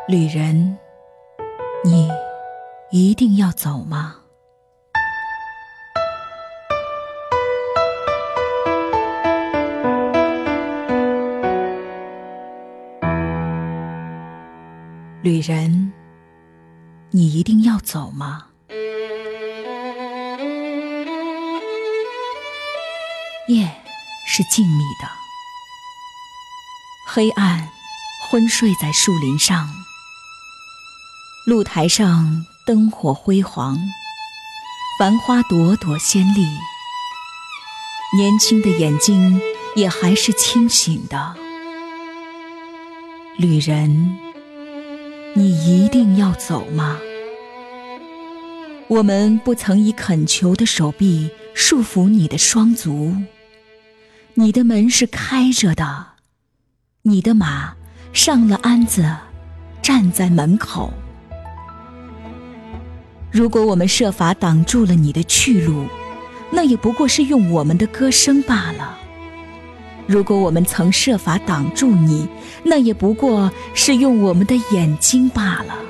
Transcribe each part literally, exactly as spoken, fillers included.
旅人，你一定要走吗？旅人，你一定要走吗？夜是静谧的，黑暗昏睡在树林上，露台上灯火辉煌，繁花朵朵鲜丽，年轻的眼睛也还是清醒的。旅人，你一定要走吗？我们不曾以恳求的手臂束缚你的双足，你的门是开着的，你的马上了鞍子，站在门口。如果我们设法挡住了你的去路，那也不过是用我们的歌声罢了。如果我们曾设法挡住你，那也不过是用我们的眼睛罢了。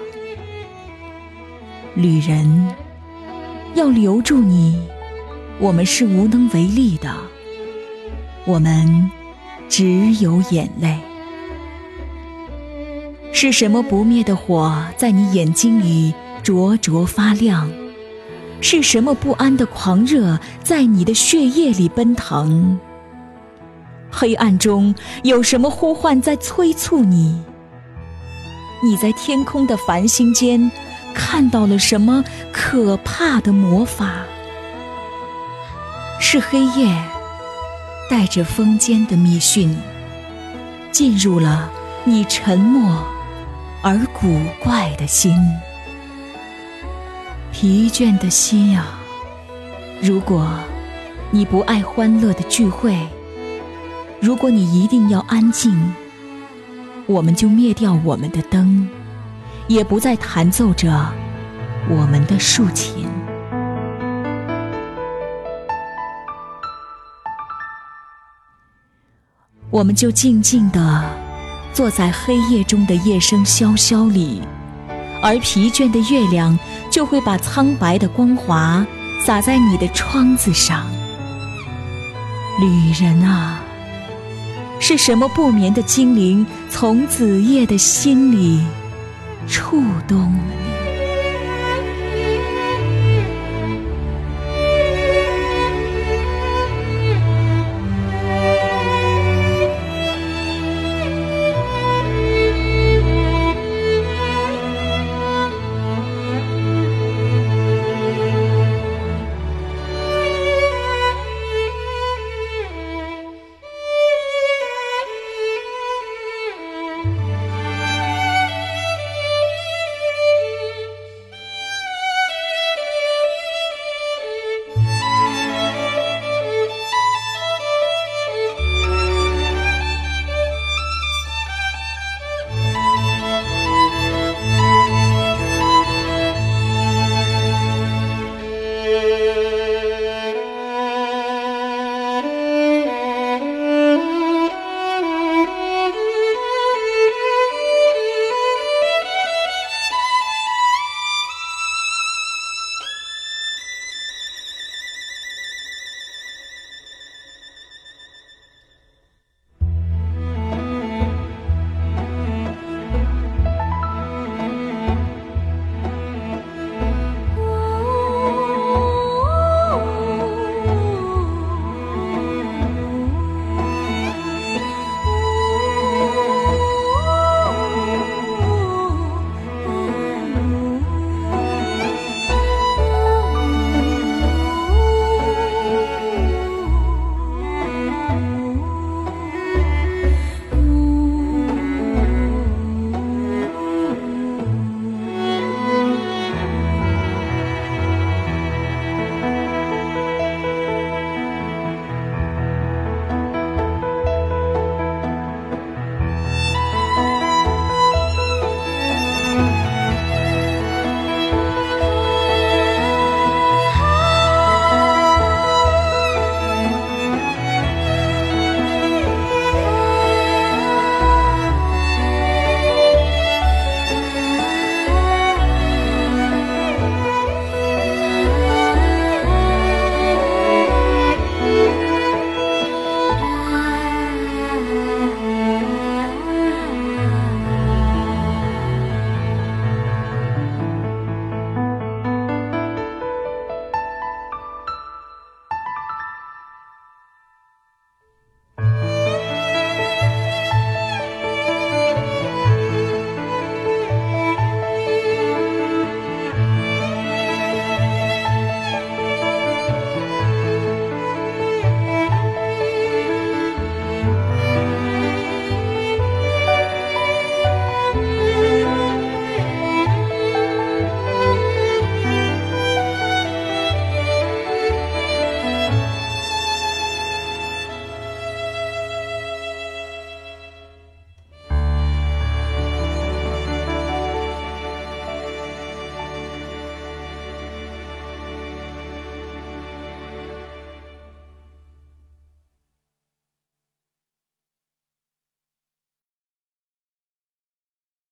旅人，要留住你，我们是无能为力的，我们只有眼泪。是什么不灭的火在你眼睛里灼灼发亮？是什么不安的狂热在你的血液里奔腾？黑暗中有什么呼唤在催促你？你在天空的繁星间看到了什么可怕的魔法？是黑夜带着风间的密讯，进入了你沉默而古怪的心。疲倦的心啊，如果你不爱欢乐的聚会，如果你一定要安静，我们就灭掉我们的灯，也不再弹奏着我们的竖琴。我们就静静地坐在黑夜中的夜声萧萧里，而疲倦的月亮就会把苍白的光华洒在你的窗子上。旅人啊，是什么不眠的精灵从子夜的心里触动了你？